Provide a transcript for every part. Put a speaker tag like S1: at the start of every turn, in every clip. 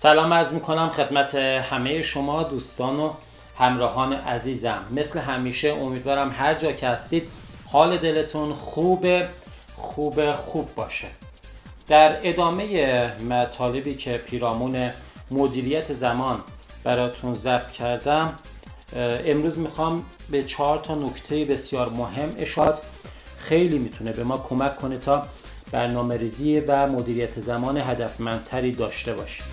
S1: سلام عرض میکنم خدمت همه شما دوستان و همراهان عزیزم. مثل همیشه امیدوارم هر جا که هستید حال دلتون خوب باشه. در ادامه مطالبی که پیرامون مدیریت زمان براتون ضبط کردم، امروز میخوام به 4 نکته بسیار مهم اشاره خیلی میتونه به ما کمک کنه تا برنامه‌ریزی و مدیریت زمان هدفمندتری داشته باشیم.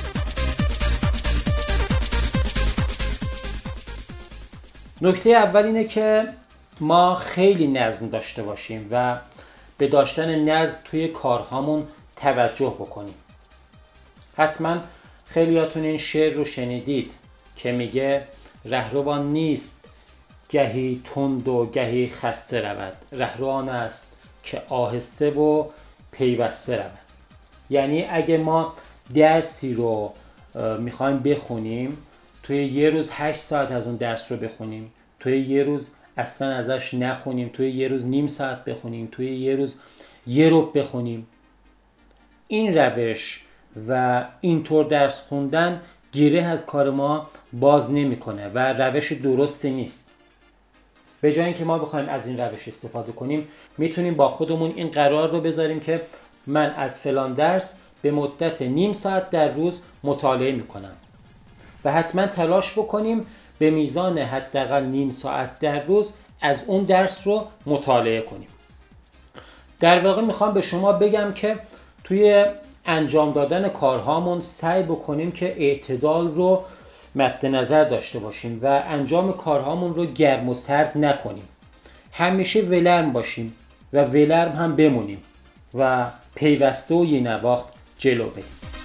S1: نکته اول اینه که ما خیلی نظم داشته باشیم و به داشتن نظم توی کارهامون توجه بکنیم. حتما خیلیاتون این شعر رو شنیدید که میگه رهروان نیست گهی تند و گهی خسته رود، رهروان است که آهسته و پیوسته رود. یعنی اگه ما درسی رو میخوایم بخونیم، توی یه روز 8 ساعت از اون درس رو بخونیم، توی یه روز اصلا ازش نخونیم، توی یه روز نیم ساعت بخونیم، توی یه روز یه ربع بخونیم، این روش و اینطور درس خوندن گره از کار ما باز نمیکنه و روش درستی نیست. به جای اینکه ما بخوایم از این روش استفاده کنیم، میتونیم با خودمون این قرار رو بذاریم که من از فلان درس به مدت نیم ساعت در روز مطالعه میکنم و حتما تلاش بکنیم به میزان حداقل نیم ساعت در روز از اون درس رو مطالعه کنیم. در واقع میخوام به شما بگم که توی انجام دادن کارهامون سعی بکنیم که اعتدال رو مد نظر داشته باشیم و انجام کارهامون رو گرم و سرد نکنیم. همیشه ولرم باشیم و ولرم هم بمونیم و پیوسته و یه نواخت جلو بریم.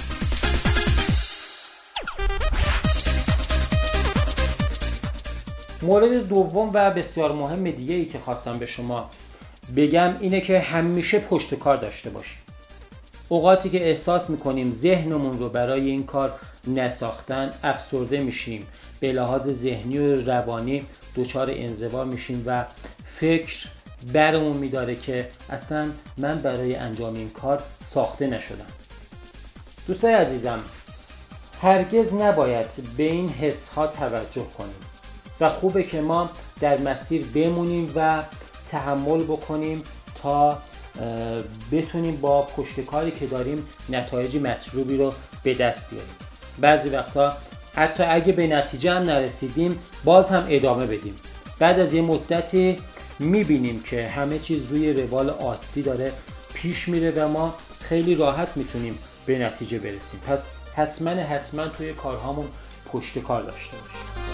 S1: مورد دوم و بسیار مهم دیگه ای که خواستم به شما بگم اینه که همیشه پشت کار داشته باشیم. اوقاتی که احساس میکنیم ذهنمون رو برای این کار نساختن، افسرده میشیم، به لحاظ ذهنی و روانی دچار انزوا میشیم و فکر برمون میداره که اصلا من برای انجام این کار ساخته نشدم. دوستای عزیزم، هرگز نباید به این حس ها توجه کنیم و خوبه که ما در مسیر بمونیم و تحمل بکنیم تا بتونیم با پشت کاری که داریم نتایج مطلوبی رو به دست بیاریم. بعضی وقتا حتی اگه به نتیجه هم نرسیدیم باز هم ادامه بدیم. بعد از یه مدتی میبینیم که همه چیز روی روال عادی داره پیش میره و ما خیلی راحت میتونیم به نتیجه برسیم. پس حتما توی کارهامون پشت کار داشته باشیم.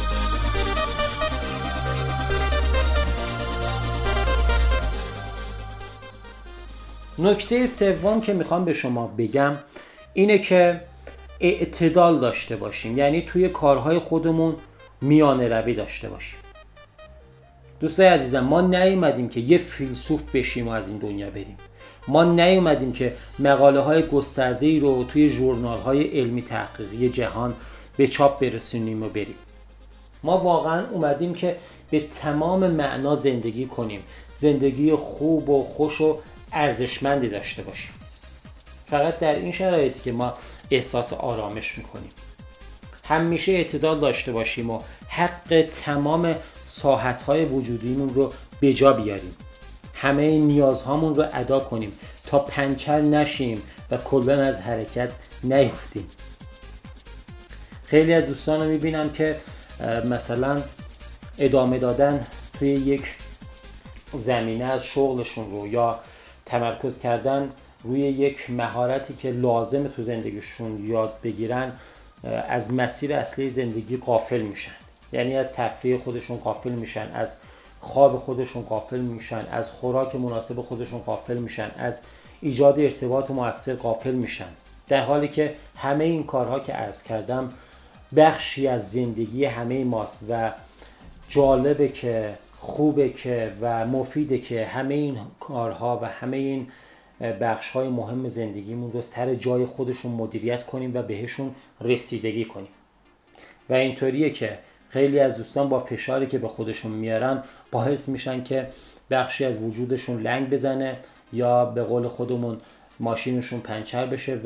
S1: نکته سوم که میخوام به شما بگم اینه که اعتدال داشته باشیم، یعنی توی کارهای خودمون میانه روی داشته باشیم. دوستای عزیزم، ما نیومدیم که یه فیلسوف بشیم و از این دنیا بریم. ما نیومدیم که مقاله های گسترده‌ای رو توی ژورنال های علمی تحقیقی جهان به چاپ برسونیم و بریم. ما واقعا اومدیم که به تمام معنا زندگی کنیم، زندگی خوب و خوش و ارزشمندی داشته باشیم. فقط در این شرایطی که ما احساس آرامش میکنیم. همیشه اعتدال داشته باشیم و حق تمام ساحت‌های وجودیمون رو به جا بیاریم. همه نیازهامون رو ادا کنیم تا پنچر نشیم و کلاً از حرکت نیفتیم. خیلی از دوستان رو میبینم که مثلا ادامه دادن توی یک زمینه از شغلشون رو یا تمرکز کردن روی یک مهارتی که لازم تو زندگیشون یاد بگیرن از مسیر اصلی زندگی غافل میشن. یعنی از تفریح خودشون غافل میشن، از خواب خودشون غافل میشن، از خوراک مناسب خودشون غافل میشن، از ایجاد ارتباط مؤثر غافل میشن، در حالی که همه این کارها که عرض کردم بخشی از زندگی همه ماست و جالبه که خوبه که و مفیده که همه این کارها و همه این بخش‌های مهم زندگیمون رو سر جای خودشون مدیریت کنیم و بهشون رسیدگی کنیم. و اینطوریه که خیلی از دوستان با فشاری که به خودشون میارن باعث میشن که بخشی از وجودشون لنگ بزنه یا به قول خودمون ماشینشون پنچر بشه و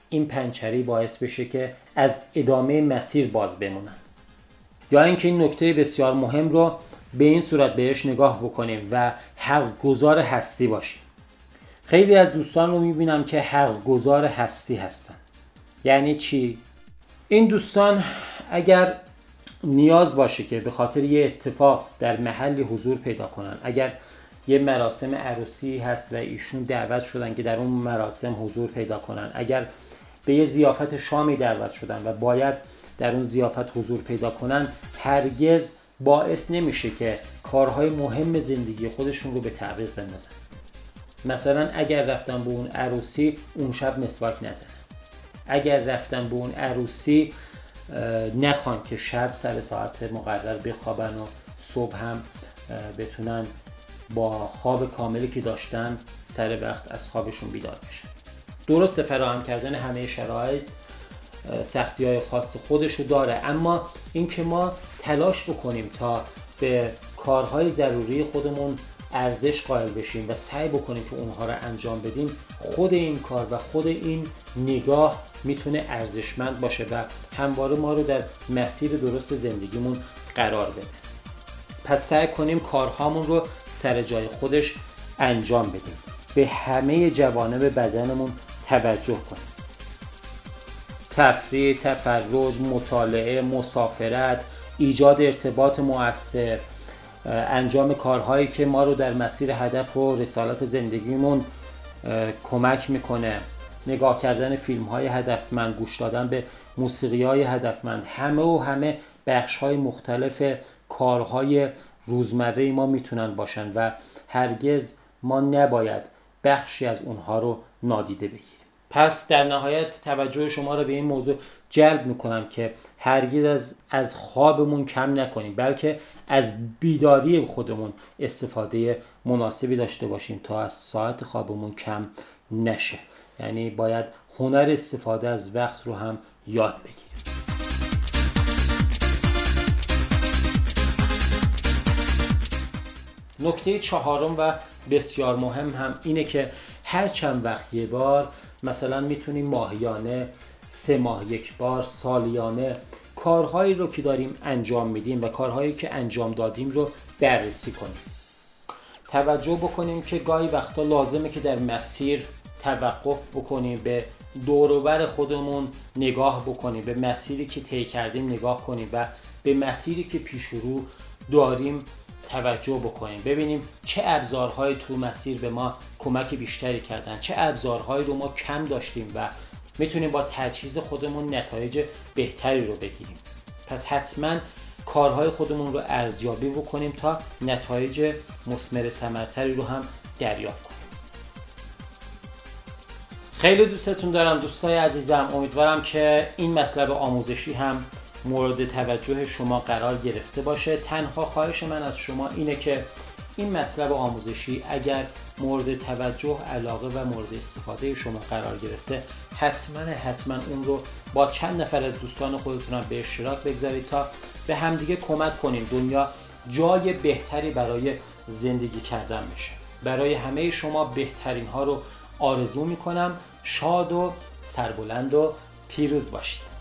S1: این پنچری باعث بشه که از ادامه مسیر باز بمونن. یا اینکه این نکته بسیار مهم رو به این صورت بهش نگاه بکنیم و حق گزار هستی باشیم. خیلی از دوستان رو میبینم که حق گزار هستی هستن. یعنی چی؟ این دوستان اگر نیاز باشه که به خاطر یه اتفاق در محلی حضور پیدا کنن، اگر یه مراسم عروسی هست و ایشون دعوت شدن که در اون مراسم حضور پیدا کنن، اگر به یه ضیافت شامی دعوت شدن و باید در اون ضیافت حضور پیدا کنن، هرگز باعث نمیشه که کارهای مهم زندگی خودشون رو به تعویق بندازن. مثلا اگر رفتن به اون عروسی اون شب مسواک نزنن، اگر رفتن به اون عروسی نخوان که شب سر ساعت مقرر بخوابن و صبح هم بتونن با خواب کاملی که داشتن سر وقت از خوابشون بیدار بشن. درسته فراهم کردن همه شرایط سختی‌های خاص خودشو داره، اما اینکه ما تلاش بکنیم تا به کارهای ضروری خودمون ارزش قائل بشیم و سعی بکنیم که اونها رو انجام بدیم، خود این کار و خود این نگاه میتونه ارزشمند باشه و همواره ما رو در مسیر درست زندگیمون قرار بده. پس سعی کنیم کارهامون رو سر جای خودش انجام بدیم، به همه جوانب بدنمون توجه کنیم. تفریح، تفرج، مطالعه، مسافرت، ایجاد ارتباط مؤثر، انجام کارهایی که ما رو در مسیر هدف و رسالت زندگیمون کمک میکنه، نگاه کردن فیلم‌های هدفمند، گوش دادن به موسیقی‌های هدفمند، همه بخش‌های مختلف کارهای روزمره ما میتونن باشن و هرگز ما نباید بخشی از اونها رو نادیده بگیریم. پس در نهایت توجه شما رو به این موضوع جلب میکنم که هرگز از خوابمون کم نکنیم، بلکه از بیداری خودمون استفاده مناسبی داشته باشیم تا از ساعت خوابمون کم نشه. یعنی باید هنر استفاده از وقت رو هم یاد بگیریم. نکته چهارم و بسیار مهم هم اینه که هر چند وقت یه بار، مثلا میتونیم ماهیانه، 3 ماه یک بار، سالیانه، کارهایی رو که داریم انجام میدیم و کارهایی که انجام دادیم رو بررسی کنیم. توجه بکنیم که گاهی وقتا لازمه که در مسیر توقف بکنیم، به دور و بر خودمون نگاه بکنیم، به مسیری که طی کردیم نگاه کنیم و به مسیری که پیش رو داریم توجه بکنیم، ببینیم چه ابزارهایی تو مسیر به ما کمک بیشتری کردن، چه ابزارهایی رو ما کم داشتیم و میتونیم با تجهیز خودمون نتایج بهتری رو بگیریم. پس حتما کارهای خودمون رو ارزیابی بکنیم تا نتایج مثمر ثمرتری رو هم دریافت کنیم. خیلی دوستتون دارم دوستای عزیزم. امیدوارم که این مطلب آموزشی هم مورد توجه شما قرار گرفته باشه. تنها خواهش من از شما اینه که این مطلب آموزشی اگر مورد توجه، علاقه و مورد استفاده شما قرار گرفته، حتما اون رو با چند نفر از دوستان خودتون به اشتراک بگذارید تا به همدیگه کمک کنیم دنیا جای بهتری برای زندگی کردن بشه. برای همه شما بهترین ها رو آرزو میکنم. شاد و سربلند و پیروز باشید.